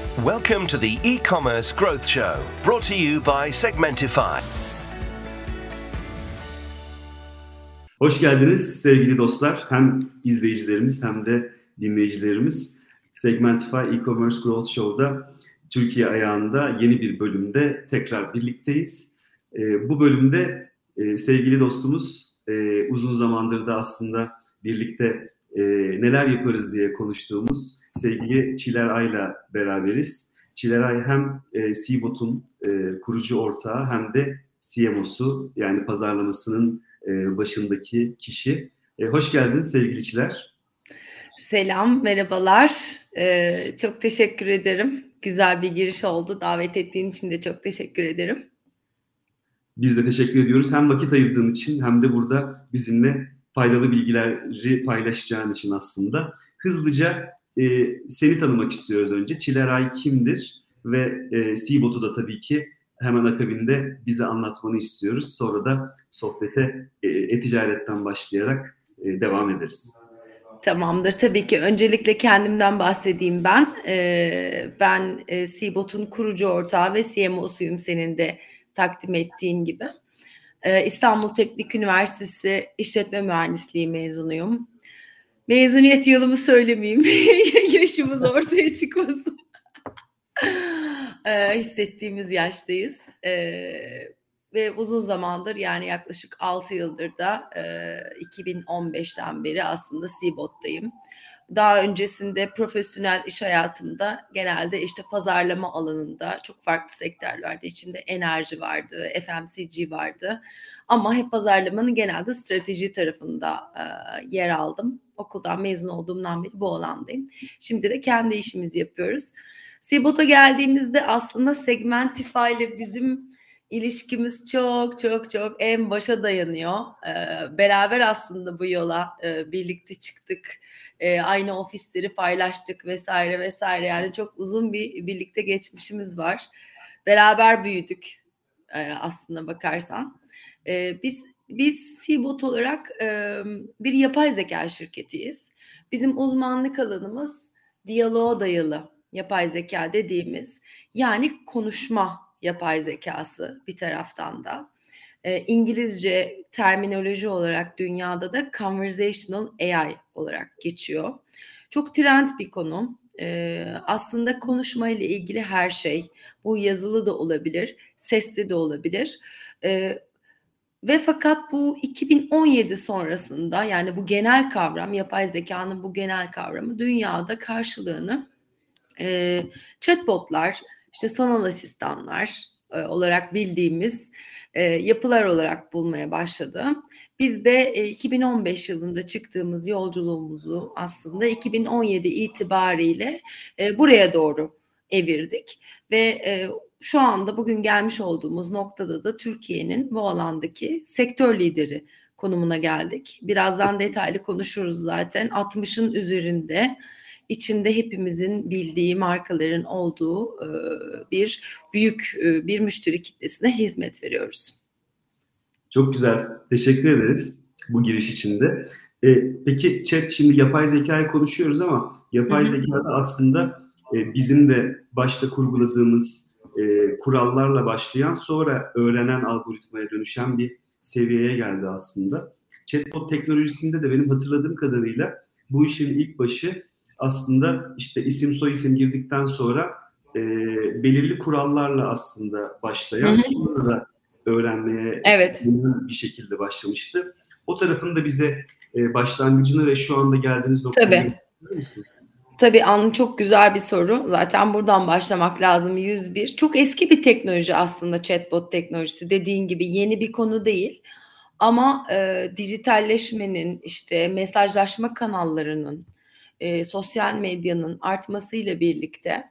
Welcome to the E-Commerce Growth Show, brought to you by Segmentify. Hoş geldiniz sevgili dostlar. Hem izleyicilerimiz hem de dinleyicilerimiz. Segmentify E-Commerce Growth Show'da Türkiye ayağında yeni bir bölümde tekrar birlikteyiz. Bu bölümde sevgili dostumuz uzun zamandır da aslında birlikte neler yaparız diye konuştuğumuz sevgili Çiler Ay'la beraberiz. Çiler Ay hem Seabot'un kurucu ortağı hem de CMO'su, yani pazarlamasının başındaki kişi. Hoş geldin sevgili Çiler. Selam, merhabalar. Çok teşekkür ederim. Güzel bir giriş oldu. Davet ettiğin için de çok teşekkür ederim. Biz de teşekkür ediyoruz. Hem vakit ayırdığın için hem de burada bizimle faydalı bilgileri paylaşacağın için aslında. Hızlıca seni tanımak istiyoruz önce. Çiler Ay kimdir? Ve Seabot'u da tabii ki hemen akabinde bize anlatmanı istiyoruz. Sonra da sohbete e-ticaretten başlayarak devam ederiz. Tamamdır. Tabii ki öncelikle kendimden bahsedeyim ben. Ben Seabot'un kurucu ortağı ve CMO'suyum senin de takdim ettiğin gibi. İstanbul Teknik Üniversitesi İşletme Mühendisliği mezunuyum. Mezuniyet yılımı söylemeyeyim. Yaşımız ortaya çıkmasın. Hissettiğimiz yaştayız. Ve uzun zamandır, yani yaklaşık 6 yıldır da 2015'ten beri aslında Seabot'tayım. Daha öncesinde profesyonel iş hayatımda genelde işte pazarlama alanında çok farklı sektörlerde, içinde enerji vardı, FMCG vardı. Ama hep pazarlamanın genelde strateji tarafında yer aldım. Okuldan mezun olduğumdan beri bu alandayım. Şimdi de kendi işimizi yapıyoruz. Seabot'a geldiğimizde aslında Segmentify ile bizim ilişkimiz çok en başa dayanıyor. Beraber aslında bu yola birlikte çıktık. Aynı ofisleri paylaştık vesaire. Yani çok uzun bir birlikte geçmişimiz var. Beraber büyüdük aslında bakarsan. Biz Seabot olarak bir yapay zeka şirketiyiz. Bizim uzmanlık alanımız diyaloğa dayalı yapay zeka dediğimiz, yani konuşma yapay zekası bir taraftan da. İngilizce terminoloji olarak dünyada da conversational AI olarak geçiyor. Çok trend bir konu. Aslında konuşma ile ilgili her şey, bu yazılı da olabilir, sesli de olabilir. Ve fakat bu 2017 sonrasında, yani bu genel kavram, yapay zekanın bu genel kavramı dünyada karşılığını chatbotlar, işte sanal asistanlar olarak bildiğimiz yapılar olarak bulmaya başladı. Biz de 2015 yılında çıktığımız yolculuğumuzu aslında 2017 itibariyle buraya doğru evirdik ve şu anda bugün gelmiş olduğumuz noktada da Türkiye'nin bu alandaki sektör lideri konumuna geldik. Birazdan detaylı konuşuruz zaten. 60'ın üzerinde içinde hepimizin bildiği markaların olduğu büyük bir müşteri kitlesine hizmet veriyoruz. Çok güzel. Teşekkür ederiz bu giriş için de. Peki şimdi yapay zekayı konuşuyoruz ama yapay zekada aslında bizim de başta kurguladığımız kurallarla başlayan, sonra öğrenen algoritmaya dönüşen bir seviyeye geldi aslında. Chatbot teknolojisinde de benim hatırladığım kadarıyla bu işin ilk başı aslında işte isim soyisim girdikten sonra belirli kurallarla aslında başlayan, sonra da öğrenmeye bir şekilde başlamıştı. O tarafını da bize başlangıcını ve şu anda geldiğiniz noktayı gösterir misin? Tabii çok güzel bir soru. Zaten buradan başlamak lazım. 101. Çok eski bir teknoloji aslında chatbot teknolojisi. Dediğin gibi yeni bir konu değil. Ama dijitalleşmenin, işte mesajlaşma kanallarının, sosyal medyanın artmasıyla birlikte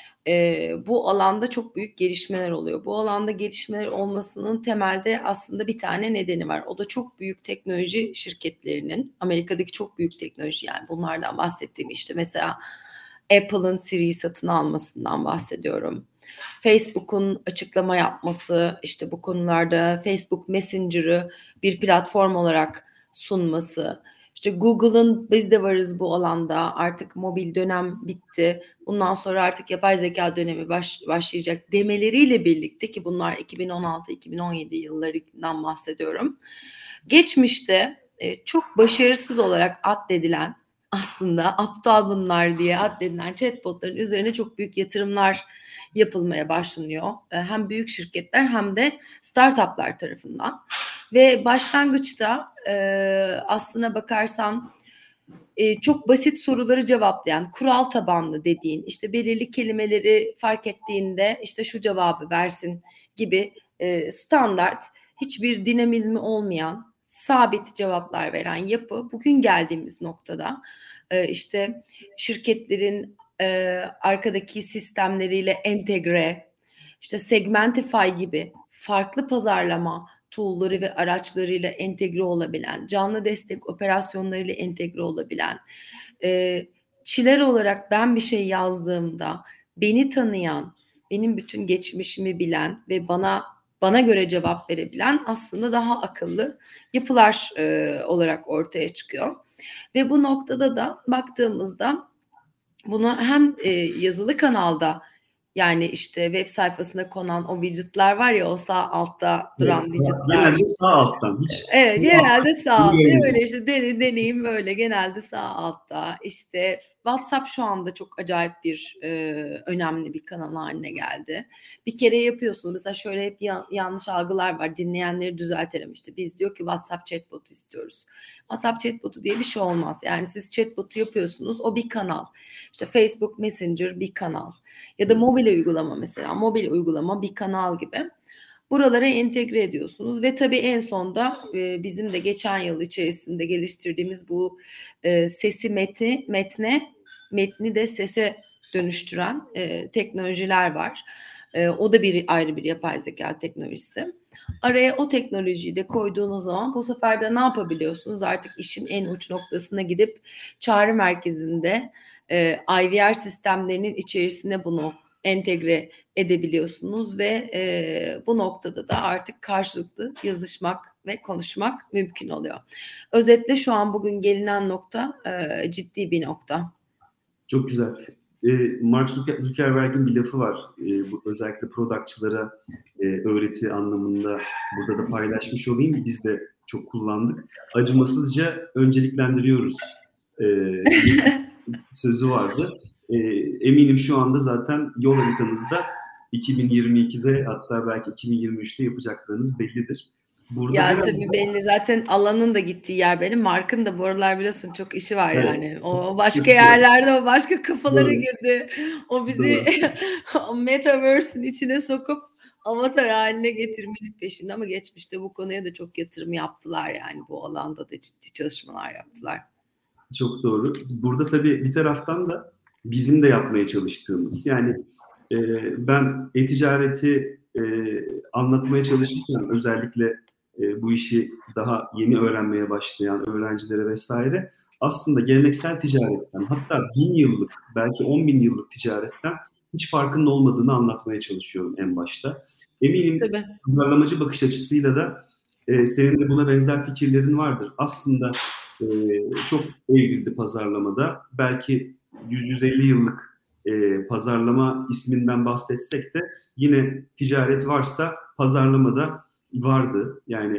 bu alanda çok büyük gelişmeler oluyor. Bu alanda gelişmeler olmasının temelde aslında bir tane nedeni var. O da çok büyük teknoloji şirketlerinin, Amerika'daki çok büyük teknoloji, yani bunlardan bahsettiğim işte mesela Apple'ın Siri'yi satın almasından bahsediyorum. Facebook'un açıklama yapması, işte bu konularda Facebook Messenger'ı bir platform olarak sunması, İşte Google'ın biz de varız bu alanda, artık mobil dönem bitti, bundan sonra artık yapay zeka dönemi başlayacak demeleriyle birlikte, ki bunlar 2016-2017 yıllarından bahsediyorum. Geçmişte çok başarısız olarak addedilen, aslında aptal bunlar diye addedilen chatbotların üzerine çok büyük yatırımlar yapılmaya başlanıyor. Hem büyük şirketler hem de startuplar tarafından. Ve başlangıçta aslına bakarsan çok basit soruları cevaplayan, kural tabanlı dediğin, işte belirli kelimeleri fark ettiğinde işte şu cevabı versin gibi standart, hiçbir dinamizmi olmayan, sabit cevaplar veren yapı bugün geldiğimiz noktada işte şirketlerin arkadaki sistemleriyle entegre, işte Segmentify gibi farklı pazarlama tool'ları ve araçlarıyla entegre olabilen, canlı destek operasyonlarıyla entegre olabilen, çiler olarak ben bir şey yazdığımda beni tanıyan, benim bütün geçmişimi bilen ve bana göre cevap verebilen aslında daha akıllı yapılar olarak ortaya çıkıyor. Ve bu noktada da baktığımızda bunu hem yazılı kanalda, yani işte web sayfasına konan o widgetler var ya, o sağ altta duran widgetler. Genelde sağ alttan. Evet, genelde sağ altta. Öyle işte deneyim böyle genelde sağ altta. İşte WhatsApp şu anda çok acayip bir önemli bir kanal haline geldi. Bir kere yapıyorsunuz. Mesela şöyle hep yanlış algılar var. Dinleyenleri düzeltelim işte. Biz diyor ki WhatsApp chatbotu istiyoruz. WhatsApp chatbotu diye bir şey olmaz. Yani siz chatbotu yapıyorsunuz. O bir kanal. İşte Facebook Messenger bir kanal. Ya da mobil uygulama mesela. Mobil uygulama bir kanal gibi. Buralara entegre ediyorsunuz ve tabii en sonda bizim de geçen yıl içerisinde geliştirdiğimiz bu sesi metni de sese dönüştüren teknolojiler var. O da ayrı bir yapay zeka teknolojisi. Araya o teknolojiyi de koyduğunuz zaman bu sefer de ne yapabiliyorsunuz? Artık işin en uç noktasına gidip çağrı merkezinde IVR sistemlerinin içerisine bunu entegre edebiliyorsunuz ve bu noktada da artık karşılıklı yazışmak ve konuşmak mümkün oluyor. Özetle şu an bugün gelinen nokta ciddi bir nokta. Çok güzel. Mark Zuckerberg'in bir lafı var. Özellikle productçılara öğreti anlamında burada da paylaşmış olayım. Biz de çok kullandık. Acımasızca önceliklendiriyoruz sözü vardı. Eminim şu anda zaten yol haritanızda 2022'de hatta belki 2023'te yapacaklarınız bellidir. Burada ya tabii belli zaten, alanın da gittiği yer benim. Mark'ın da bu aralar biliyorsun çok işi var yani. O başka yerlerde, o başka kafalara girdi. O bizi o Metaverse'in içine sokup avatar haline getirmenin peşinde, ama geçmişte bu konuya da çok yatırım yaptılar yani, bu alanda da ciddi çalışmalar yaptılar. Çok doğru. Burada tabii bir taraftan da bizim de yapmaya çalıştığımız, yani ben e-ticareti anlatmaya çalışırken özellikle bu işi daha yeni öğrenmeye başlayan öğrencilere vesaire aslında geleneksel ticaretten, hatta 1000 yıllık belki 10.000 yıllık ticaretten hiç farkının olmadığını anlatmaya çalışıyorum en başta. Eminim pazarlamacı bakış açısıyla da senin de buna benzer fikirlerin vardır. Aslında çok evrildi pazarlamada. Belki 100-150 yıllık pazarlama isminden bahsetsek de yine ticaret varsa pazarlamada vardı. Yani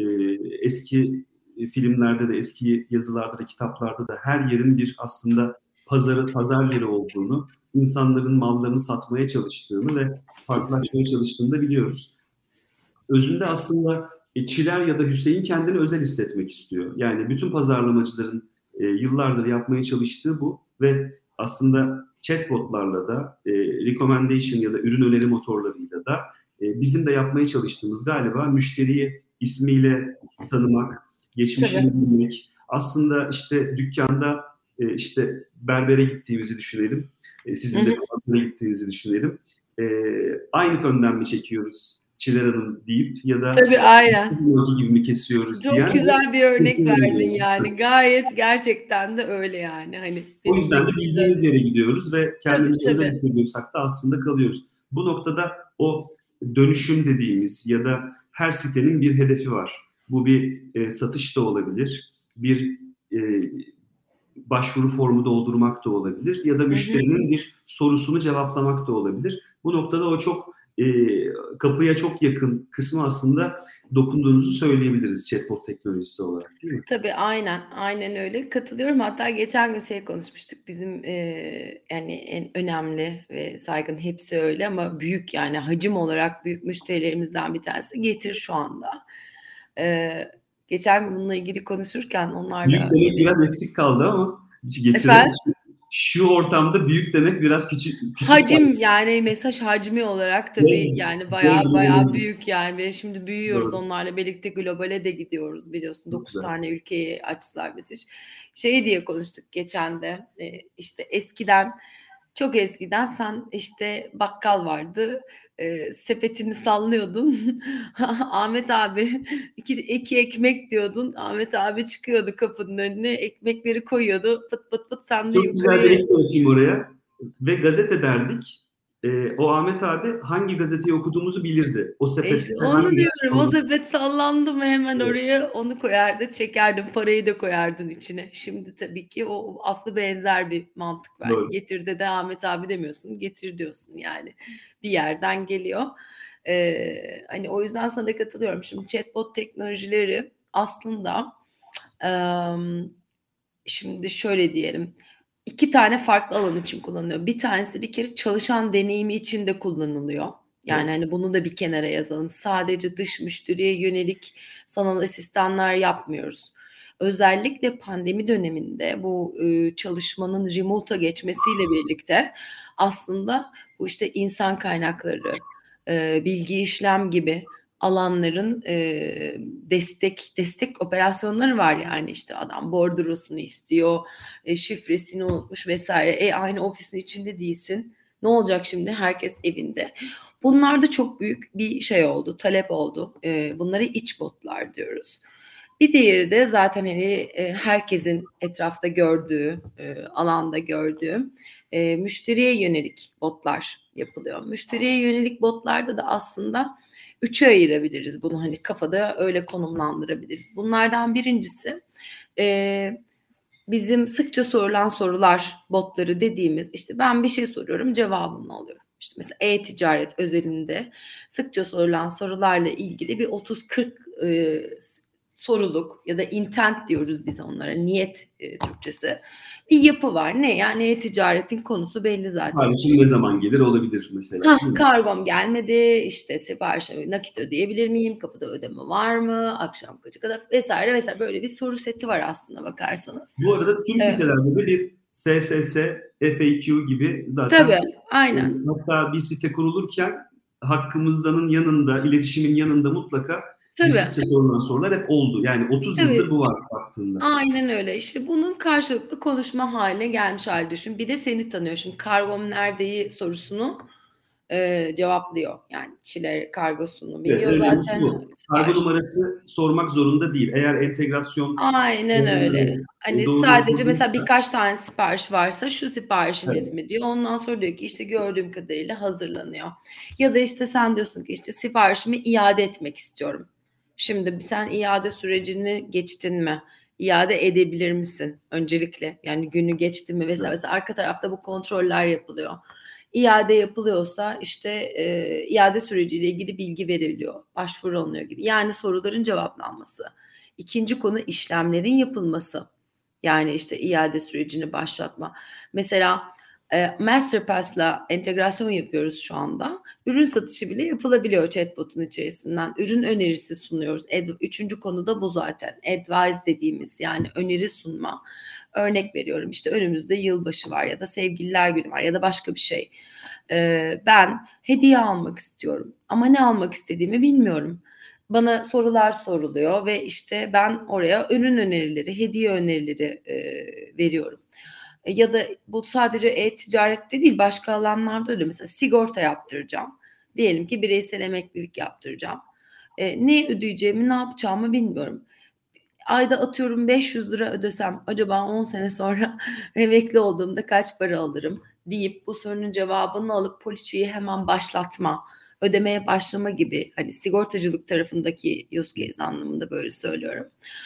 eski filmlerde de, eski yazılarda da, kitaplarda da her yerin bir aslında pazar yeri olduğunu, insanların mallarını satmaya çalıştığını ve farklılaşmaya çalıştığını da biliyoruz. Özünde aslında Çiler ya da Hüseyin kendini özel hissetmek istiyor. Yani bütün pazarlamacıların yıllardır yapmaya çalıştığı bu ve aslında chatbotlarla da, recommendation ya da ürün öneri motorlarıyla da bizim de yapmaya çalıştığımız galiba müşteriyi ismiyle tanımak, geçmişini bilmek. Aslında işte dükkanda işte berbere gittiğimizi düşünelim. Sizin de berbere gittiğinizi düşünelim. Aynı fönden mi çekiyoruz Çiler Hanım deyip ya da tabii aynen gibi mi kesiyoruz çok diyen, güzel bir örnek verdin yani. Gayet gerçekten de öyle yani. Hani o yüzden de bildiğimiz yere gidiyoruz ve kendimizi özel hissediyorsak da aslında kalıyoruz. Bu noktada o dönüşüm dediğimiz ya da her sitenin bir hedefi var. Bu bir satış da olabilir, bir başvuru formu doldurmak da olabilir ya da müşterinin bir sorusunu cevaplamak da olabilir. Bu noktada o çok kapıya çok yakın kısmı aslında dokunduğunuzu söyleyebiliriz chatbot teknolojisi olarak, değil mi? Tabii, aynen öyle. Katılıyorum. Hatta geçen gün konuşmuştuk. Bizim yani en önemli ve saygın hepsi öyle ama büyük, yani hacim olarak büyük müşterilerimizden bir tanesi Getir şu anda. Geçen gün bununla ilgili konuşurken onlarla... Büyük demek biraz eksik kaldı ama Getir'e şu ortamda büyük demek biraz küçük hacim kaldı. Yani mesaj hacmi olarak tabii yani bayağı büyük yani. Ve şimdi büyüyoruz. Doğru. Onlarla birlikte globale de gidiyoruz, biliyorsun. 9 tane ülkeyi açtılar bitiş. Diye konuştuk geçen de. İşte çok eskiden sen işte bakkal vardı. Sepetini sallıyordun. Ahmet abi iki ekmek diyordun. Ahmet abi çıkıyordu kapının önüne. Ekmekleri koyuyordu. Pıt pıt pıt sen de çok güzel bir ekmek okuyayım oraya. Ve gazete derdik. O Ahmet abi hangi gazeteyi okuduğumuzu bilirdi. O sepette onu diyorum. O sepet sallandı mı hemen oraya onu koyardı, çekerdin, parayı da koyardın içine. Şimdi tabii ki o aslında benzer bir mantık var. Doğru. Getir'de de Ahmet abi demiyorsun, Getir diyorsun yani. Bir yerden geliyor. Hani o yüzden sana katılıyorum. Şimdi chatbot teknolojileri aslında şimdi şöyle diyelim. 2 tane farklı alan için kullanılıyor. Bir tanesi bir kere çalışan deneyimi için de kullanılıyor. Yani hani bunu da bir kenara yazalım. Sadece dış müşteriye yönelik sanal asistanlar yapmıyoruz. Özellikle pandemi döneminde bu çalışmanın remote'a geçmesiyle birlikte aslında bu işte insan kaynakları, bilgi işlem gibi alanların destek operasyonları var, yani işte adam bordrosunu istiyor, şifresini unutmuş vesaire. Aynı ofisin içinde değilsin. Ne olacak şimdi? Herkes evinde. Bunlarda çok büyük bir oldu, talep oldu. Bunlara iç botlar diyoruz. Bir diğeri de zaten hani herkesin etrafta gördüğü, alanda gördüğü müşteriye yönelik botlar yapılıyor. Müşteriye yönelik botlarda da aslında 3'e ayırabiliriz bunu, hani kafada öyle konumlandırabiliriz. Bunlardan birincisi bizim sıkça sorulan sorular botları dediğimiz, işte ben bir şey soruyorum, cevabını alıyorum. İşte mesela e-ticaret özelinde sıkça sorulan sorularla ilgili bir 30-40 soruluk ya da intent diyoruz biz onlara, niyet Türkçesi bir yapı var. Ne? Yani e-ticaretin konusu belli zaten. Kardeşim ne zaman gelir olabilir mesela. Kargom gelmedi, işte siparişe nakit ödeyebilir miyim? Kapıda ödeme var mı? Akşam kaça kadar vesaire böyle bir soru seti var aslında bakarsanız. Bu arada tüm sitelerde de bir SSS, FAQ gibi zaten. Tabii, aynen. Hatta bir site kurulurken hakkımızdanın yanında, iletişimin yanında mutlaka bizce sorulan sorular hep oldu. Yani 30 yıldır bu var baktığında. Aynen öyle. İşte bunun karşılıklı konuşma haline gelmiş hali düşün. Bir de seni tanıyor. Şimdi kargom neredeyi sorusunu cevaplıyor. Yani Çile kargosunu biliyor zaten. Kargo numarası sormak zorunda değil. Eğer entegrasyon... Aynen öyle. Hani sadece mesela birkaç tane sipariş varsa şu siparişiniz mi diyor. Ondan sonra diyor ki işte gördüğüm kadarıyla hazırlanıyor. Ya da işte sen diyorsun ki işte siparişimi iade etmek istiyorum. Şimdi sen iade sürecini geçtin mi? İade edebilir misin? Öncelikle yani günü geçti mi vesaire. Mesela arka tarafta bu kontroller yapılıyor. İade yapılıyorsa işte iade süreciyle ilgili bilgi veriliyor. Başvuru alınıyor gibi. Yani soruların cevaplanması. İkinci konu işlemlerin yapılması. Yani işte iade sürecini başlatma. Mesela Masterpass'la entegrasyon yapıyoruz şu anda. Ürün satışı bile yapılabiliyor chatbot'un içerisinden. Ürün önerisi sunuyoruz. Üçüncü konu da bu zaten. Advice dediğimiz, yani öneri sunma. Örnek veriyorum, işte önümüzde yılbaşı var ya da sevgililer günü var ya da başka bir şey. Ben hediye almak istiyorum ama ne almak istediğimi bilmiyorum. Bana sorular soruluyor ve işte ben oraya ürün önerileri, hediye önerileri veriyorum. Ya da bu sadece e-ticarette değil, başka alanlarda öyle. Mesela sigorta yaptıracağım. Diyelim ki bireysel emeklilik yaptıracağım. Ne ödeyeceğimi, ne yapacağımı bilmiyorum. Ayda atıyorum 500 lira ödesem acaba 10 sene sonra emekli olduğumda kaç para alırım deyip bu sorunun cevabını alıp poliçeyi hemen başlatma, ödemeye başlama gibi, hani sigortacılık tarafındaki use case anlamında böyle söylüyorum.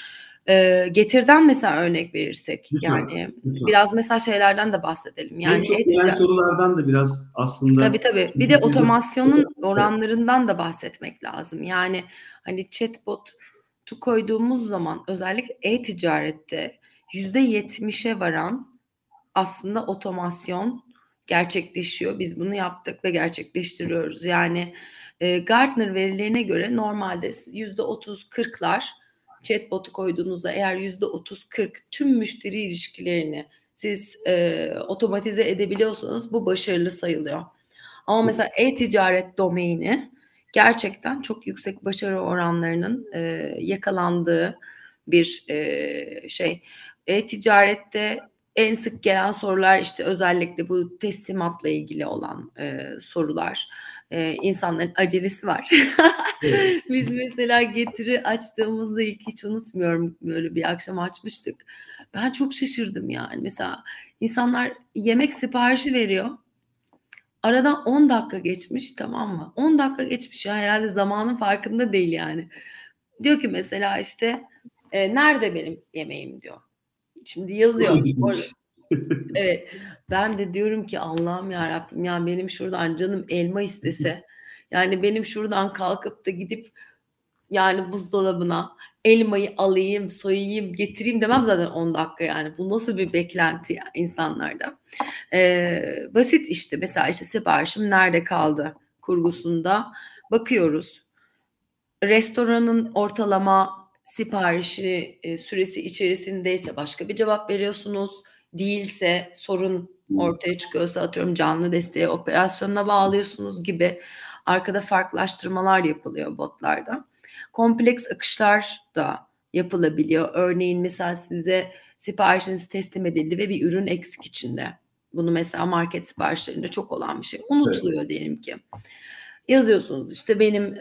Getirden mesela örnek verirsek, Lütfen, yani lütfen. biraz mesela şeylerden de bahsedelim. En Yani çok gelen sorulardan da biraz aslında tabii. Bir de çünkü siz de otomasyonun oranlarından da bahsetmek lazım. Yani hani chatbot'u koyduğumuz zaman özellikle e-ticarette %70'e varan aslında otomasyon gerçekleşiyor. Biz bunu yaptık ve gerçekleştiriyoruz. Yani Gartner verilerine göre normalde %30-40'lar chatbot'u koyduğunuzda eğer %30-40 tüm müşteri ilişkilerini siz otomatize edebiliyorsanız bu başarılı sayılıyor. Ama mesela e-ticaret domaini gerçekten çok yüksek başarı oranlarının yakalandığı bir şey. E-ticarette en sık gelen sorular işte özellikle bu teslimatla ilgili olan sorular. İnsanların acelesi var. Evet. Biz mesela Getir'i açtığımızda ilk hiç unutmuyorum, böyle bir akşam açmıştık. Ben çok şaşırdım yani. Mesela insanlar yemek siparişi veriyor. Aradan 10 dakika geçmiş, tamam mı? 10 dakika geçmiş ya, herhalde zamanın farkında değil yani. Diyor ki mesela işte nerede benim yemeğim diyor. Şimdi yazıyor. Evet. Ben de diyorum ki Allah'ım yarabbim, ya benim şuradan canım elma istese, yani benim şuradan kalkıp da gidip yani buzdolabına elmayı alayım, soyayım, getireyim demem zaten 10 dakika yani. Bu nasıl bir beklenti ya insanlarda. Basit işte, mesela işte siparişim nerede kaldı kurgusunda bakıyoruz. Restoranın ortalama siparişi süresi içerisindeyse başka bir cevap veriyorsunuz. Değilse, sorun ortaya çıkıyorsa atıyorum canlı desteğe operasyonuna bağlıyorsunuz gibi arkada farklılaştırmalar yapılıyor botlarda. Kompleks akışlar da yapılabiliyor. Örneğin mesela size siparişiniz teslim edildi ve bir ürün eksik içinde. Bunu mesela market siparişlerinde çok olan bir şey. Unutuluyor diyelim ki. Yazıyorsunuz işte benim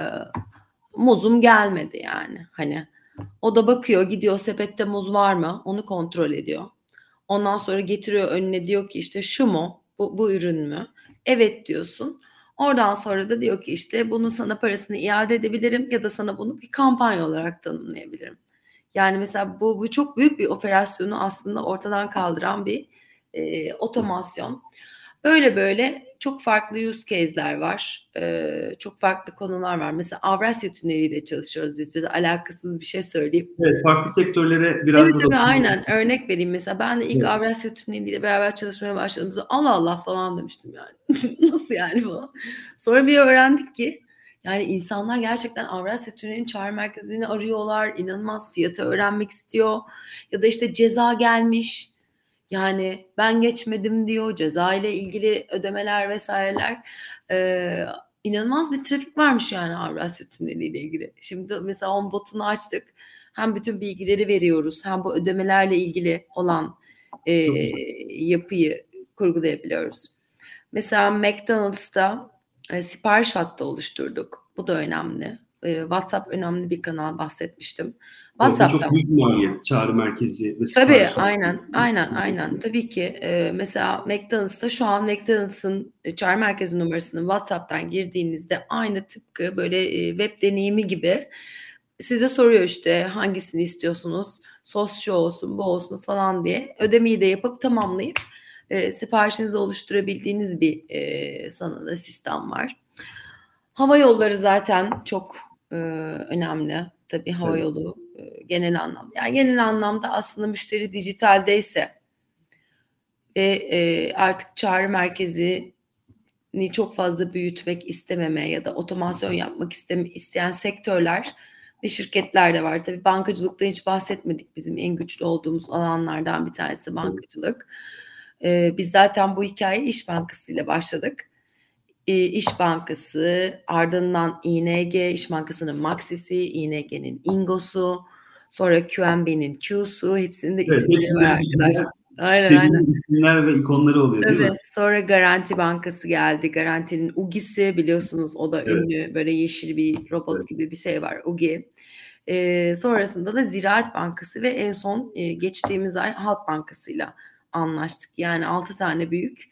muzum gelmedi yani. Hani o da bakıyor, gidiyor sepette muz var mı onu kontrol ediyor. Ondan sonra getiriyor önüne, diyor ki işte şu mu? Bu ürün mü? Evet diyorsun. Oradan sonra da diyor ki işte bunu sana parasını iade edebilirim ya da sana bunu bir kampanya olarak tanımlayabilirim. Yani mesela bu çok büyük bir operasyonu aslında ortadan kaldıran bir otomasyon. Öyle böyle çok farklı use case'ler var. Çok farklı konular var. Mesela Avrasya Tüneli'yle çalışıyoruz biz. Bize alakasız bir şey söyleyeyim. Evet, farklı sektörlere Tabii biraz da aynen. Örnek vereyim mesela. Ben de ilk Avrasya Tüneli ile beraber çalışmaya başladığımızda Allah Allah falan demiştim yani. Nasıl yani falan. Sonra bir öğrendik ki yani insanlar gerçekten Avrasya Tüneli'nin çağrı merkezini arıyorlar. İnanılmaz fiyatı öğrenmek istiyor. Ya da işte ceza gelmiş. Yani ben geçmedim diyor. Ceza ile ilgili ödemeler vesaireler. İnanılmaz bir trafik varmış yani Avrasya Tüneli ile ilgili. Şimdi mesela on botunu açtık. Hem bütün bilgileri veriyoruz, hem bu ödemelerle ilgili olan yapıyı kurgulayabiliyoruz. Mesela McDonald's'ta sipariş hattı oluşturduk. Bu da önemli. WhatsApp önemli bir kanal, bahsetmiştim. evet, ve çok WhatsApp'tan. büyük bir maliyet çağrı merkezi ve Tabii sipariş. aynen. Tabii ki mesela McDonald's'ta şu an McDonald's'ın çağrı merkezi numarasını WhatsApp'tan girdiğinizde aynı tıpkı böyle web deneyimi gibi size soruyor işte hangisini istiyorsunuz, sos şu olsun bu olsun falan diye ödemeyi de yapıp tamamlayıp siparişinizi oluşturabildiğiniz bir sanal sistem var. Hava yolları zaten çok önemli. Tabii hava Evet. yolu genel anlamda. Yani genel anlamda aslında müşteri dijitaldeyse ve artık çağrı merkezini çok fazla büyütmek istememe ya da otomasyon yapmak isteyen sektörler ve şirketler de var. Tabii bankacılıktan hiç bahsetmedik. Bizim en güçlü olduğumuz alanlardan bir tanesi bankacılık. Biz zaten bu hikaye İş Bankası ile başladık. İş Bankası, ardından ING, İş Bankası'nın Maxis'i, ING'nin Ingo'su, sonra QNB'nin Q'su, hepsinin de Evet, isimleri var hepsinin arkadaşlar. güzel Aynen. sevimli isimler ve ikonları oluyor değil Tabii. mi? Sonra Garanti Bankası geldi. Garanti'nin UGI'si, biliyorsunuz o da Evet, ünlü, böyle yeşil bir evet. robot gibi bir şey var, UGI. Sonrasında da Ziraat Bankası ve en son geçtiğimiz ay Halk Bankası'yla anlaştık. Yani 6 tane büyük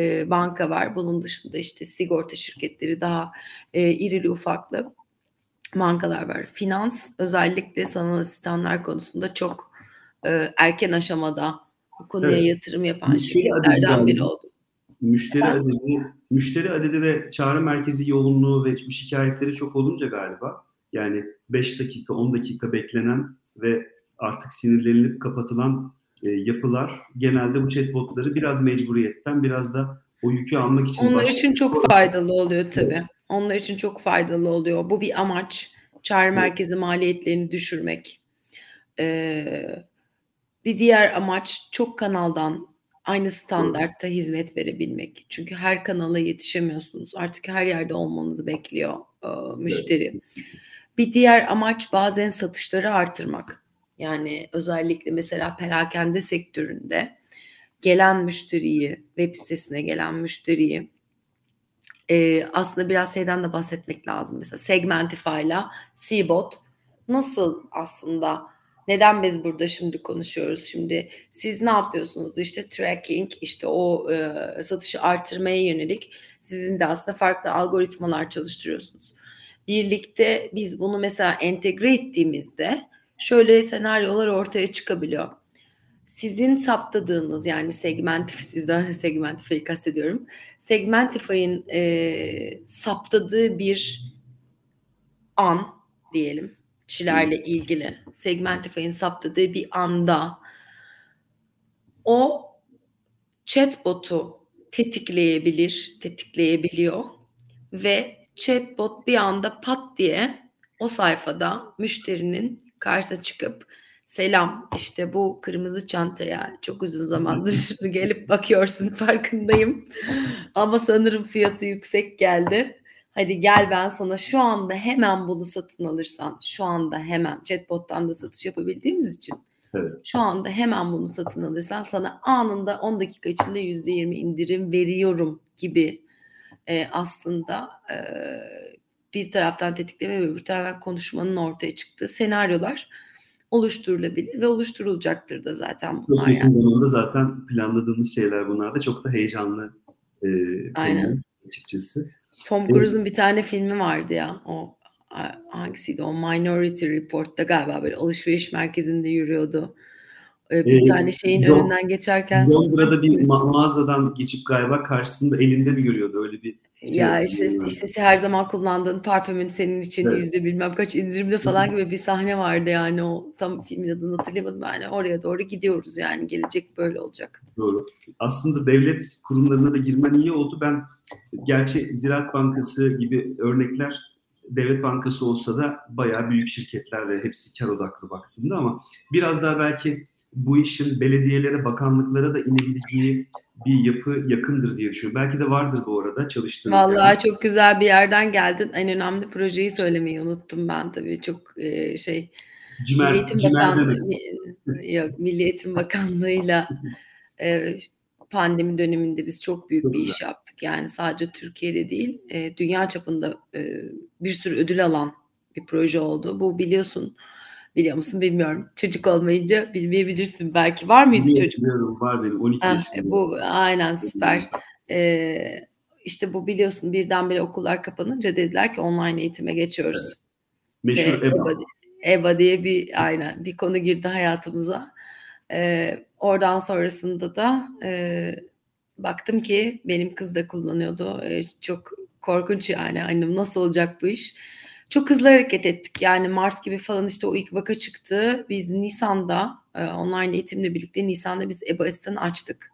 banka var. Bunun dışında işte sigorta şirketleri, daha irili ufaklı. bankalar var. Finans, özellikle sanal asistanlar konusunda çok erken aşamada bu konuya Evet. yatırım yapan Müşteri adedi şirketlerden biri galiba. oldu. Müşteri adedi ve çağrı merkezi yoğunluğu ve bu şikayetleri çok olunca galiba, yani 5 dakika 10 dakika beklenen ve artık sinirlenip kapatılan yapılar genelde bu chatbotları biraz mecburiyetten, biraz da o yükü almak için Onlar için çok faydalı oluyor tabii. Evet. Onlar için çok faydalı oluyor. Bu bir amaç. Çağrı Evet. merkezi maliyetlerini düşürmek. Bir diğer amaç çok kanaldan aynı standartta hizmet verebilmek. Çünkü her kanala yetişemiyorsunuz. Artık her yerde olmanızı bekliyor müşteri. Bir diğer amaç bazen satışları artırmak. Yani özellikle mesela perakende sektöründe gelen müşteriyi, web sitesine gelen müşteriyi aslında biraz şeyden de bahsetmek lazım. Mesela Segmentify ile Seabot nasıl aslında, neden biz burada şimdi konuşuyoruz? Şimdi siz ne yapıyorsunuz? İşte tracking, işte o satışı artırmaya yönelik sizin de aslında farklı algoritmalar çalıştırıyorsunuz. Birlikte biz bunu mesela entegre ettiğimizde şöyle senaryolar ortaya çıkabiliyor. Sizin saptadığınız, yani sizden Segmentify'ı kastediyorum. Segmentify'ın saptadığı bir an diyelim, kişilerle ilgili Segmentify'ın saptadığı bir anda o chatbot'u tetikleyebiliyor ve chatbot bir anda pat diye o sayfada müşterinin karşısına çıkıp selam, işte bu kırmızı çantaya çok uzun zamandır gelip bakıyorsun, farkındayım ama sanırım fiyatı yüksek geldi. Hadi gel, ben sana şu anda hemen bunu satın alırsan, şu anda hemen chatbot'tan da satış yapabildiğimiz için Evet. şu anda hemen bunu satın alırsan sana anında 10 dakika içinde %20 indirim veriyorum gibi aslında bir taraftan tetikleme ve bir taraftan konuşmanın ortaya çıktığı senaryolar oluşturulabilir ve oluşturulacaktır da zaten bunlar. Çok yakın zamanda zaten planladığımız şeyler bunlar da, çok da heyecanlı konular açıkçası. Tom Cruise'un bir tane filmi vardı ya, o hangisiydi o, Minority Report'ta galiba, böyle alışveriş merkezinde yürüyordu. Bir tane şeyin önünden geçerken Londra'da bir mağazadan geçip galiba karşısında elinde mi görüyordu, öyle bir ya işte her zaman kullandığın parfümün senin için yüzde bilmem kaç indirimde falan gibi bir sahne vardı, yani o tam filmin adını hatırlayamadım, yani oraya doğru gidiyoruz, yani gelecek böyle olacak. Doğru. Aslında devlet kurumlarına da girmen iyi oldu. Ben gerçi Ziraat Bankası gibi örnekler devlet bankası olsa da bayağı büyük şirketler ve hepsi kar odaklı baktığında, ama biraz daha belki bu işin belediyelere, bakanlıklara da inebileceği bir yapı yakındır diye düşünüyorum. Belki de vardır bu arada çalıştığınız Vallahi yerde. çok güzel bir yerden geldin. En önemli projeyi söylemeyi unuttum ben tabii. Çok Milli Eğitim Bakanlığı, Milli Eğitim Bakanlığı'yla pandemi döneminde biz çok büyük bir iş yaptık. Yani sadece Türkiye'de değil, dünya çapında bir sürü ödül alan bir proje oldu. Bu biliyor musun bilmiyorum. Çocuk olmayınca bilmeyebilirsin belki. Var mıydı çocuk? Biliyorum, var benim 12 yaşında. Bu aynen süper. İşte bu, biliyorsun, birdenbire okullar kapanınca dediler ki online eğitime geçiyoruz. Evet. Meşhur EBA diye bir konu girdi hayatımıza. Oradan sonrasında da baktım ki benim kız da kullanıyordu. Çok korkunç yani. Annem, nasıl olacak bu iş? Çok hızlı hareket ettik. Yani Mart gibi falan işte o ilk vaka çıktı. Biz Nisan'da online eğitimle birlikte Nisan'da biz EBA asistanı açtık.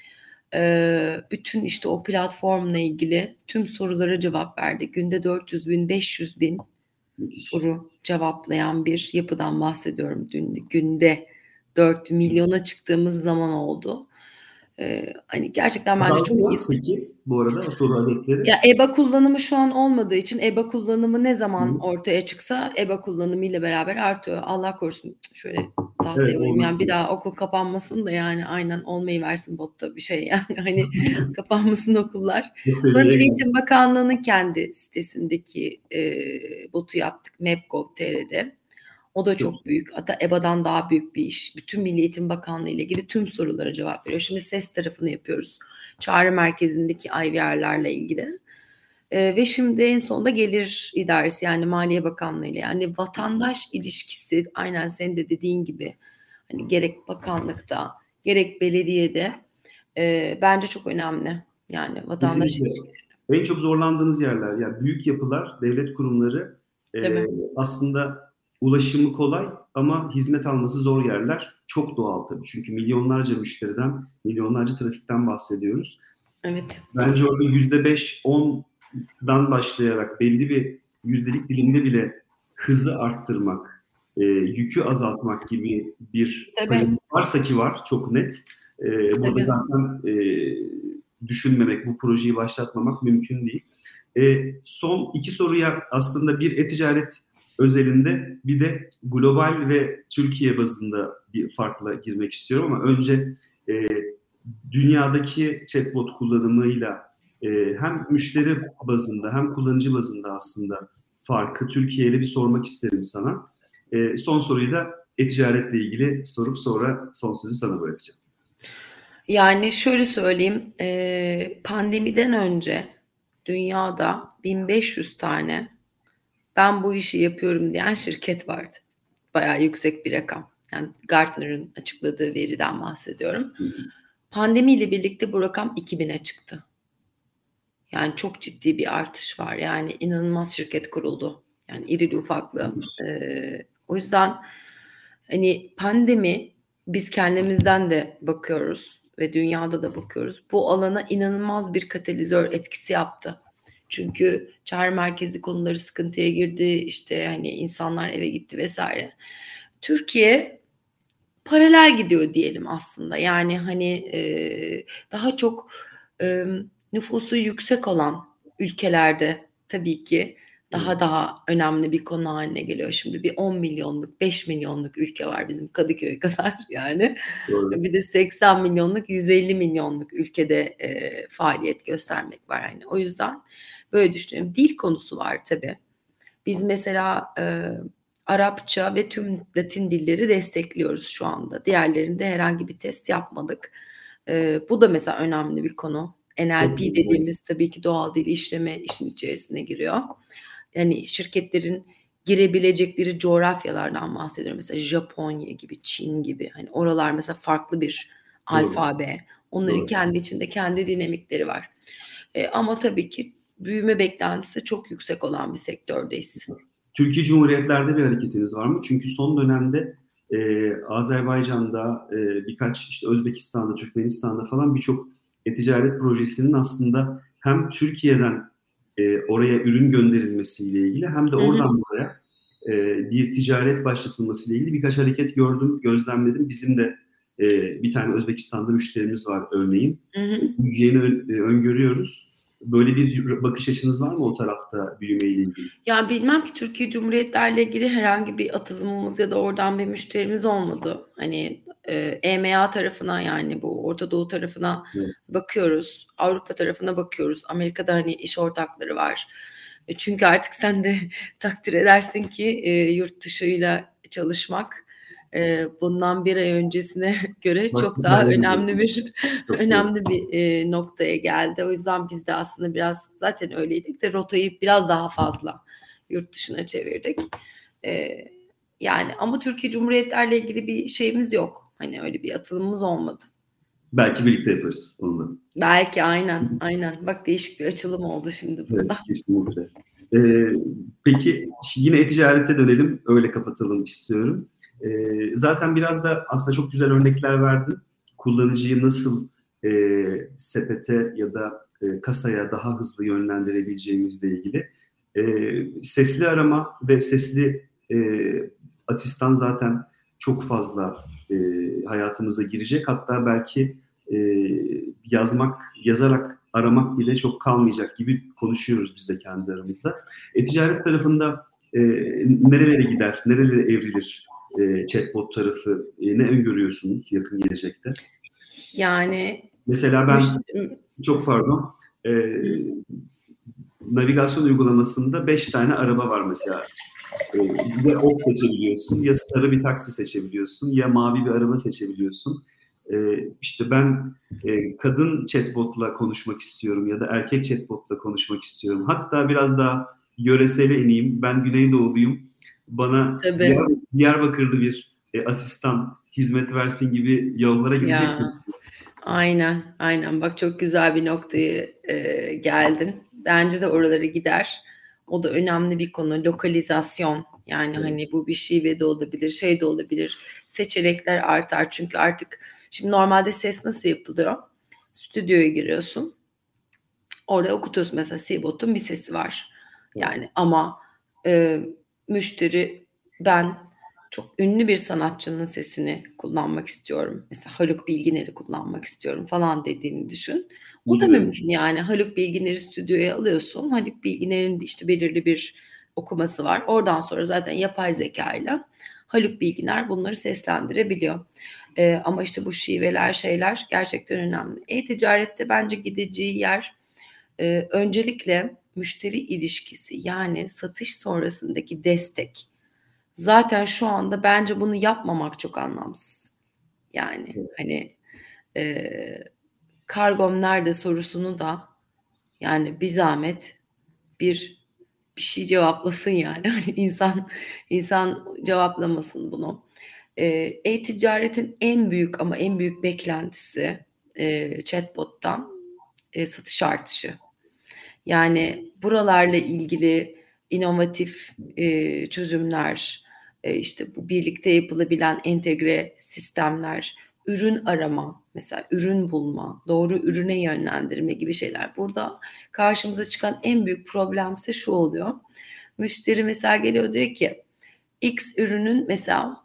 Bütün işte o platformla ilgili tüm sorulara cevap verdi. Günde 400 bin, 500 bin soru cevaplayan bir yapıdan bahsediyorum. Günde 4 milyona çıktığımız zaman oldu. Hani gerçekten bence çok iyi. Peki bu arada soru adetleri? Ya EBA kullanımı şu an olmadığı için, EBA kullanımı ne zaman ortaya çıksa EBA kullanımı ile beraber artıyor. Allah korusun, şöyle tahtaya vurayım yani, bir daha okul kapanmasın da, yani aynen olmayı versin botta bir şey yani hani kapanmasın okullar. Sonra Milli Eğitim Bakanlığı'nın kendi sitesindeki botu yaptık, Map.gov.tr'de. O da çok büyük. Hatta EBA'dan daha büyük bir iş. Bütün Milli Eğitim Bakanlığı ile ilgili tüm sorulara cevap veriyor. Şimdi ses tarafını yapıyoruz. Çağrı merkezindeki IVR'larla ilgili. Ve şimdi en sonunda Gelir İdaresi, yani Maliye Bakanlığı ile, yani vatandaş ilişkisi aynen senin de dediğin gibi hani gerek bakanlıkta gerek belediyede bence çok önemli. Yani vatandaş Kesinlikle. ilişkileri. En çok zorlandığınız yerler, yani büyük yapılar, devlet kurumları Tabii. aslında ulaşımı kolay ama hizmet alması zor yerler. Çok doğal tabii. Çünkü milyonlarca müşteriden, milyonlarca trafikten bahsediyoruz. Evet. Bence orada %5-10'dan başlayarak belli bir yüzdelik dilimde bile hızı arttırmak, yükü azaltmak gibi bir planınız varsa, ki var, çok net. Burada Tabii. zaten düşünmemek, bu projeyi başlatmamak mümkün değil. Son iki soruya aslında bir e-ticaret özelinde, bir de global ve Türkiye bazında bir farkla girmek istiyorum ama önce dünyadaki chatbot kullanımıyla hem müşteri bazında hem kullanıcı bazında aslında farkı Türkiye'yle bir sormak isterim sana. Son soruyu da e-ticaretle ilgili sorup sonra son sözü sana bırakacağım. Yani şöyle söyleyeyim, pandemiden önce dünyada 1500 tane ben bu işi yapıyorum diyen şirket vardı. Bayağı yüksek bir rakam. Yani Gartner'ın açıkladığı veriden bahsediyorum. Pandemiyle birlikte bu rakam 2000'e çıktı. Yani çok ciddi bir artış var. Yani inanılmaz şirket kuruldu. Yani irili ufaklı. O yüzden hani pandemi, biz kendimizden de bakıyoruz ve dünyada da bakıyoruz. Bu alana inanılmaz bir katalizör etkisi yaptı. Çünkü çağrı merkezi konuları sıkıntıya girdi. İşte hani insanlar eve gitti vesaire. Türkiye paralel gidiyor diyelim aslında. Yani hani daha çok nüfusu yüksek olan ülkelerde tabii ki daha önemli bir konu haline geliyor. Şimdi bir 10 milyonluk, 5 milyonluk ülke var bizim Kadıköy kadar yani. Doğru. Bir de 80 milyonluk, 150 milyonluk ülkede faaliyet göstermek var. Yani o yüzden böyle düşünüyorum. Dil konusu var tabii. Biz mesela Arapça ve tüm Latin dilleri destekliyoruz şu anda. Diğerlerinde herhangi bir test yapmadık. Bu da mesela önemli bir konu. NLP dediğimiz tabii ki doğal dil işleme işin içerisine giriyor. Yani şirketlerin girebilecekleri coğrafyalardan bahsediyorum. Mesela Japonya gibi, Çin gibi. Hani oralar mesela farklı bir alfabe. Onların kendi içinde kendi dinamikleri var. Ama tabii ki büyüme beklentisi çok yüksek olan bir sektördeyiz. Türkiye Cumhuriyetler'de bir hareketiniz var mı? Çünkü son dönemde Azerbaycan'da, birkaç işte Özbekistan'da, Türkmenistan'da falan birçok e-ticaret projesinin aslında hem Türkiye'den oraya ürün gönderilmesiyle ilgili hem de oradan buraya bir ticaret başlatılmasıyla ilgili birkaç hareket gördüm, gözlemledim. Bizim de bir tane Özbekistan'da müşterimiz var örneğin. Büyüyeceğini öngörüyoruz. Böyle bir bakış açınız var mı o tarafta büyümeyle ilgili? Ya bilmem ki, Türkiye Cumhuriyetlerle ilgili herhangi bir atılımımız ya da oradan bir müşterimiz olmadı. Hani EMEA tarafına, yani bu Orta Doğu tarafına bakıyoruz. Avrupa tarafına bakıyoruz. Amerika'da hani iş ortakları var. Çünkü artık sen de takdir edersin ki yurt dışıyla çalışmak bundan bir ay öncesine göre çok daha önemli bir noktaya geldi. O yüzden biz de aslında biraz zaten öyleydik de rotayı biraz daha fazla yurt dışına çevirdik. Yani ama Türkiye Cumhuriyetlerle ilgili bir şeyimiz yok. Hani öyle bir atılımımız olmadı. Belki birlikte yaparız onu. Belki, aynen. Bak, değişik bir açılım oldu şimdi burada. Evet, kesinlikle. Peki yine e-ticarete dönelim. Öyle kapatalım istiyorum. Zaten biraz da aslında çok güzel örnekler verdin. Kullanıcıyı nasıl sepete ya da kasaya daha hızlı yönlendirebileceğimizle ilgili. Sesli arama ve sesli asistan zaten çok fazla hayatımıza girecek. Hatta belki yazarak aramak bile çok kalmayacak gibi konuşuyoruz biz de kendi aramızda. E-ticaret tarafında nerelere gider, nerelere evrilir chatbot tarafı, ne öngörüyorsunuz yakın gelecekte? Yani mesela ben çok pardon navigasyon uygulamasında 5 tane araba var mesela. Ya ok seçebiliyorsun, ya sarı bir taksi seçebiliyorsun, ya mavi bir araba seçebiliyorsun. İşte ben kadın chatbotla konuşmak istiyorum ya da erkek chatbotla Seabott'ta konuşmak istiyorum. Hatta biraz daha yöresele ineyim. Ben Güneydoğuluyum. Bana Tabii. Diyarbakırlı bir asistan hizmet versin gibi yollara gidecek mi? Ya aynen. Bak çok güzel bir noktaya geldin. Bence de oralara gider. O da önemli bir konu. Lokalizasyon. Yani Evet. hani bu bir şive de olabilir, şey de olabilir. Seçenekler artar. Çünkü artık şimdi normalde ses nasıl yapılıyor? Stüdyoya giriyorsun. Orada okutuyorsun mesela Seabott'un bir sesi var. Yani ama müşteri ben çok ünlü bir sanatçının sesini kullanmak istiyorum. Mesela Haluk Bilginer'i kullanmak istiyorum falan dediğini düşün. Ne O da güzel. mümkün yani. Haluk Bilginer'i stüdyoya alıyorsun. Haluk Bilginer'in işte belirli bir okuması var. Oradan sonra zaten yapay zeka ile Haluk Bilginer bunları seslendirebiliyor. Ama işte bu şiveler şeyler gerçekten önemli. E-ticarette bence gideceği yer öncelikle müşteri ilişkisi yani satış sonrasındaki destek. Zaten şu anda bence bunu yapmamak çok anlamsız. Yani hani e, kargom nerede sorusunu da yani bir zahmet bir şey cevaplasın yani. Hani insan cevaplamasın bunu. E-ticaretin en büyük ama en büyük beklentisi chatbot'tan satış artışı. Yani buralarla ilgili inovatif çözümler, işte bu birlikte yapılabilen entegre sistemler, ürün arama, mesela ürün bulma, doğru ürüne yönlendirme gibi şeyler. Burada karşımıza çıkan en büyük problem ise şu oluyor. Müşteri mesela geliyor diyor ki X ürünün mesela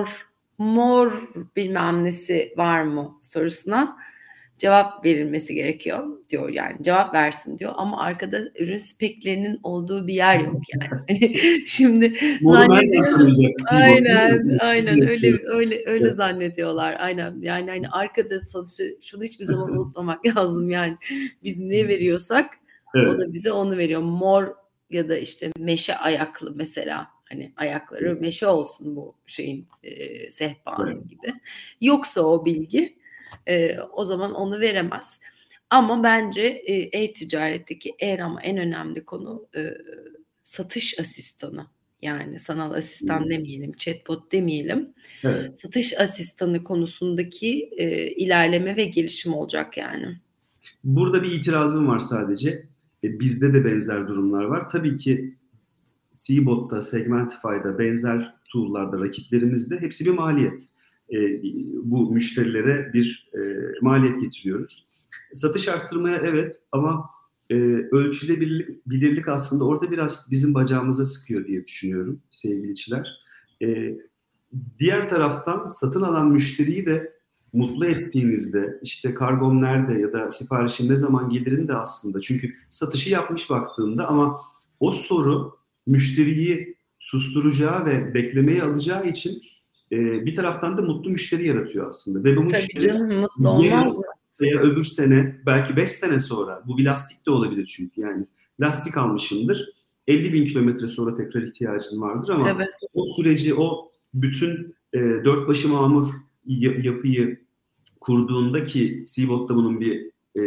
mor bilmem nesi var mı sorusuna cevap verilmesi gerekiyor diyor yani cevap versin diyor ama arkada ürün speklerinin olduğu bir yer yok yani. Hani şimdi Moru nereden zannediyor tanıyacak Seabot, değil mi? aynen Nasıl öyle yaşıyoruz? öyle Evet. zannediyorlar aynen yani hani arkada sonuçta şunu hiçbir zaman unutmamak lazım yani biz ne veriyorsak o Evet. da bize onu veriyor. Mor ya da işte meşe ayaklı mesela hani ayakları meşe olsun bu şeyin sehpanın gibi. Yoksa o bilgi o zaman onu veremez. Ama bence e-ticaretteki en önemli konu satış asistanı. Yani sanal asistan demeyelim, chatbot demeyelim. Evet. Satış asistanı konusundaki ilerleme ve gelişim olacak yani. Burada bir itirazım var sadece. Bizde de benzer durumlar var. Tabii ki Seabot'ta, Segmentify'da, benzer tool'larda, rakiplerimizde hepsi bir maliyet. Bu müşterilere bir maliyet getiriyoruz. Satış arttırmaya evet ama ölçülebilirlik aslında orada biraz bizim bacağımıza sıkıyor diye düşünüyorum sevgiliciler. Diğer taraftan satın alan müşteriyi de mutlu ettiğinizde işte kargom nerede ya da siparişin ne zaman gelirin de aslında çünkü satışı yapmış baktığında ama o soru müşteriyi susturacağı ve beklemeye alacağı için bir taraftan da mutlu müşteri yaratıyor aslında. Ve bu Tabii müşteri canım mutlu yarın olmaz mı? veya öbür sene belki 5 sene sonra bu bir lastik de olabilir çünkü yani lastik almışımdır 50 bin kilometre sonra tekrar ihtiyacın vardır ama Tabii. o süreci o bütün dört başı mamur yapıyı kurduğunda ki Seabot'ta bunun bir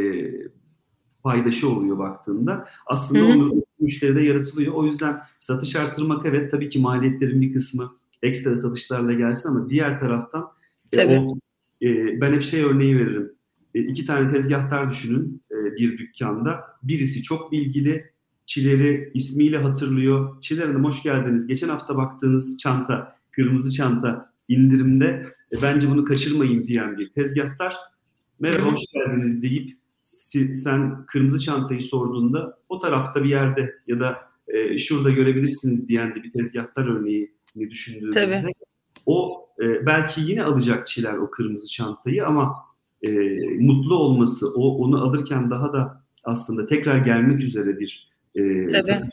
paydaşı oluyor baktığında aslında onu müşteride yaratılıyor. O yüzden satış arttırmak evet tabii ki maliyetlerin bir kısmı ekstra satışlarla gelsin ama diğer taraftan Tabii. ben hep şey örneği veririm. İki tane tezgahtar düşünün bir dükkanda. Birisi çok bilgili, Çiler'i ismiyle hatırlıyor. Çiler Hanım hoş geldiniz. Geçen hafta baktığınız çanta, kırmızı çanta indirimde bence bunu kaçırmayın diyen bir tezgahtar. Merhaba hoş geldiniz deyip sen kırmızı çantayı sorduğunda o tarafta bir yerde ya da şurada görebilirsiniz diyen de bir tezgahtar örneğini düşündüğümüzde Tabii. o belki yine alacak Çiler o kırmızı çantayı ama mutlu olması, onu alırken daha da aslında tekrar gelmek üzere bir Tabii.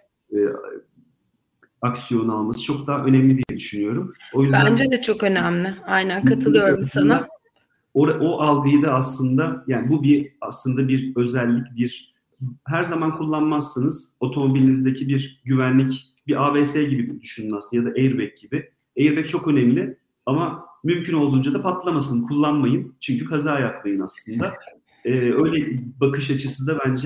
aksiyon alması çok daha önemli diye düşünüyorum. O yüzden Bence de çok önemli. Aynen insanlık katılıyorum adına sana. o algıyı da aslında yani bu aslında bir özellik, bir her zaman kullanmazsınız. Otomobilinizdeki bir güvenlik, bir ABS gibi düşünün aslında ya da airbag gibi. Airbag çok önemli ama mümkün olduğunca da patlamasın, kullanmayın. Çünkü kaza yapmayın aslında. Öyle bakış açısı da bence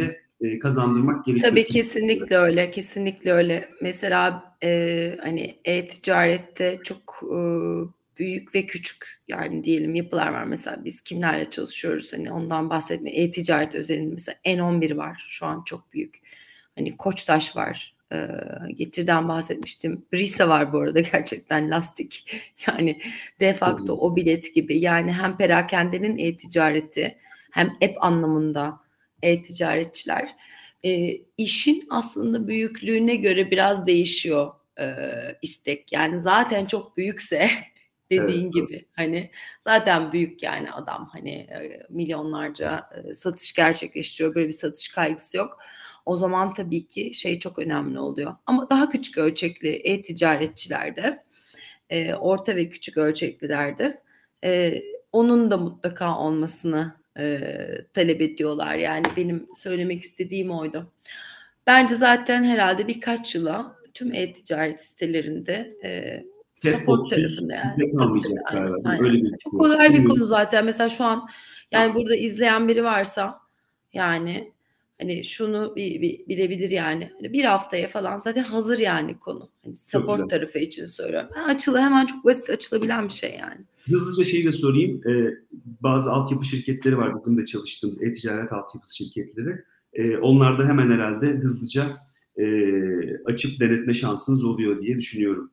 kazandırmak gerekiyor. Tabii kesinlikle öyle, kesinlikle öyle. Mesela hani e-ticarette çok büyük ve küçük yani diyelim yapılar var. Mesela biz kimlerle çalışıyoruz hani ondan bahsetme. E-ticaret özelinde mesela N11 var şu an çok büyük. Hani Koçtaş var. Getir'den bahsetmiştim. Risa var bu arada gerçekten lastik. Yani de facto o bilet gibi. Yani hem perakendenin e-ticareti hem app anlamında e-ticaretçiler. İşin aslında büyüklüğüne göre biraz değişiyor istek. Yani zaten çok büyükse dediğin gibi hani zaten büyük yani adam hani milyonlarca satış gerçekleştiriyor. Böyle bir satış kaygısı yok. O zaman tabii ki şey çok önemli oluyor. Ama daha küçük ölçekli e-ticaretçilerde, orta ve küçük ölçeklilerde onun da mutlaka olmasını talep ediyorlar. Yani benim söylemek istediğim oydu. Bence zaten herhalde birkaç yıla tüm e-ticaret sitelerinde support tarafında yani. Tabii, aynen. Öyle çok kolay bir konu zaten. Mesela şu an yani burada izleyen biri varsa yani hani şunu bilebilir yani. Hani bir haftaya falan zaten hazır yani konu. Hani support tarafı için söylüyorum. Hemen çok basit açılabilen bir şey yani. Hızlıca şeyi de sorayım. Bazı altyapı şirketleri var bizim de çalıştığımız e-ticaret altyapısı şirketleri. Onlarda hemen herhalde hızlıca açıp denetme şansınız oluyor diye düşünüyorum.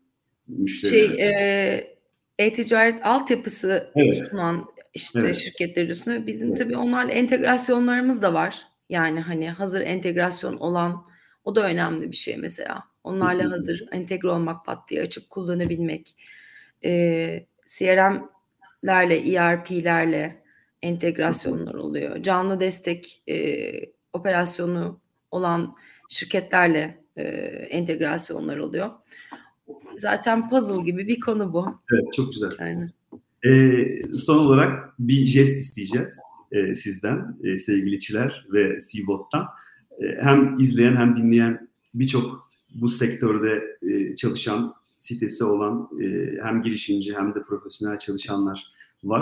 E-ticaret altyapısı sunan işte şirketleri sunuyor. Bizim tabii onlarla entegrasyonlarımız da var. Yani hani hazır entegrasyon olan o da önemli bir şey mesela. Onlarla kesinlikle hazır entegre olmak, pat diye açıp kullanabilmek. CRM'lerle, ERP'lerle entegrasyonlar oluyor. Canlı destek operasyonu olan şirketlerle entegrasyonlar oluyor. Zaten puzzle gibi bir konu bu. Evet, çok güzel. Aynen. Son olarak bir jest isteyeceğiz sizden sevgiliciler ve CBOT'tan. Hem izleyen hem dinleyen birçok bu sektörde çalışan, sitesi olan hem girişimci hem de profesyonel çalışanlar var.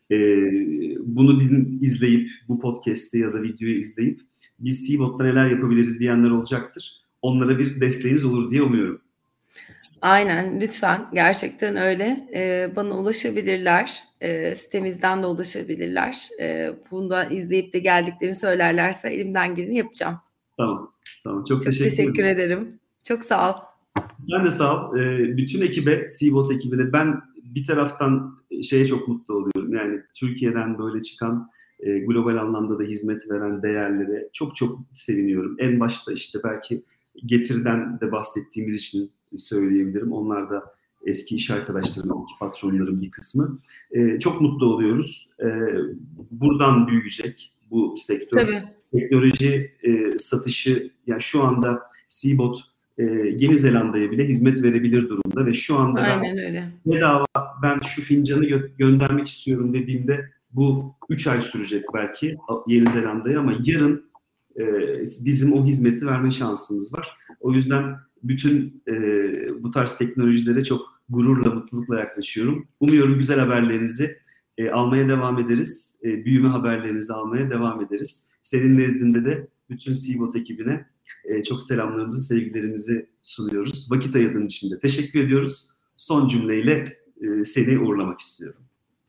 Bunu izleyip, bu podcast'i ya da videoyu izleyip biz CBOT'ta neler yapabiliriz diyenler olacaktır. Onlara bir desteğiniz olur diye umuyorum. Aynen, lütfen. Gerçekten öyle. Bana ulaşabilirler. Sitemizden de ulaşabilirler. Bunu da izleyip de geldiklerini söylerlerse elimden geleni yapacağım. Tamam. Çok teşekkür ederim. Çok sağ ol. Sen de sağ ol. Bütün ekibe, CBOT ekibine ben bir taraftan şeye çok mutlu oluyorum. Yani Türkiye'den böyle çıkan global anlamda da hizmet veren değerlere çok seviniyorum. En başta işte belki Getir'den de bahsettiğimiz için söyleyebilirim. Onlar da eski iş arkadaşlarımız, patronların bir kısmı. Çok mutlu oluyoruz. Buradan büyüyecek bu sektör. Tabii. Teknoloji satışı, yani şu anda CBOT Yeni Zelanda'ya bile hizmet verebilir durumda ve şu anda aynen öyle. Bedava ben şu fincanı göndermek istiyorum dediğimde bu 3 ay sürecek belki Yeni Zelanda'ya ama yarın bizim o hizmeti verme şansımız var. O yüzden bütün bu tarz teknolojilere çok gururla, mutlulukla yaklaşıyorum. Umuyorum güzel haberlerinizi almaya devam ederiz. Büyüme haberlerinizi almaya devam ederiz. Senin nezdinde de bütün CBOT ekibine çok selamlarımızı, sevgilerimizi sunuyoruz. Vakit ayırdığın için de teşekkür ediyoruz. Son cümleyle seni uğurlamak istiyorum.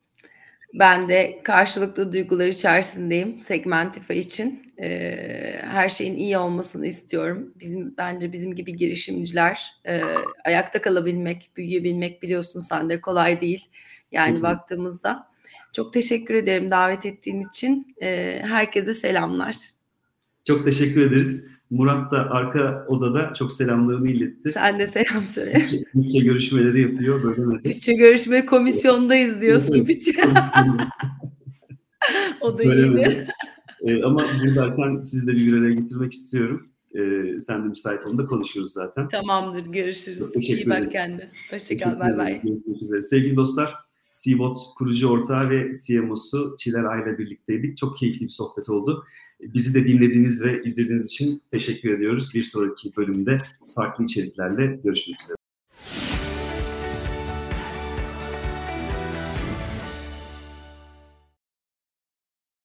Ben de karşılıklı duygular içerisindeyim Segmentify için. Her şeyin iyi olmasını istiyorum. Bence bizim gibi girişimciler ayakta kalabilmek, büyüyebilmek biliyorsun sen de kolay değil. Yani kesinlikle baktığımızda. Çok teşekkür ederim davet ettiğin için. Herkese selamlar. Çok teşekkür ederiz. Murat da arka odada çok selamlarını iletti. Sen de selam söyle. Bütçe görüşmeleri yapıyor. Böyle bütçe görüşme komisyondayız diyorsun. Bütçe. O da iyiydi. Ama buradayken sizi de bir araya getirmek istiyorum. Sen de müsait olun da konuşuruz zaten. Tamamdır. Görüşürüz. İyi bak kendine. Hoşçakal. Bay bay. Sevgili dostlar, CBOT kurucu ortağı ve CMO'su Çiler Ay'la birlikteydik. Çok keyifli bir sohbet oldu. Bizi de dinlediğiniz ve izlediğiniz için teşekkür ediyoruz. Bir sonraki bölümde farklı içeriklerle görüşmek üzere.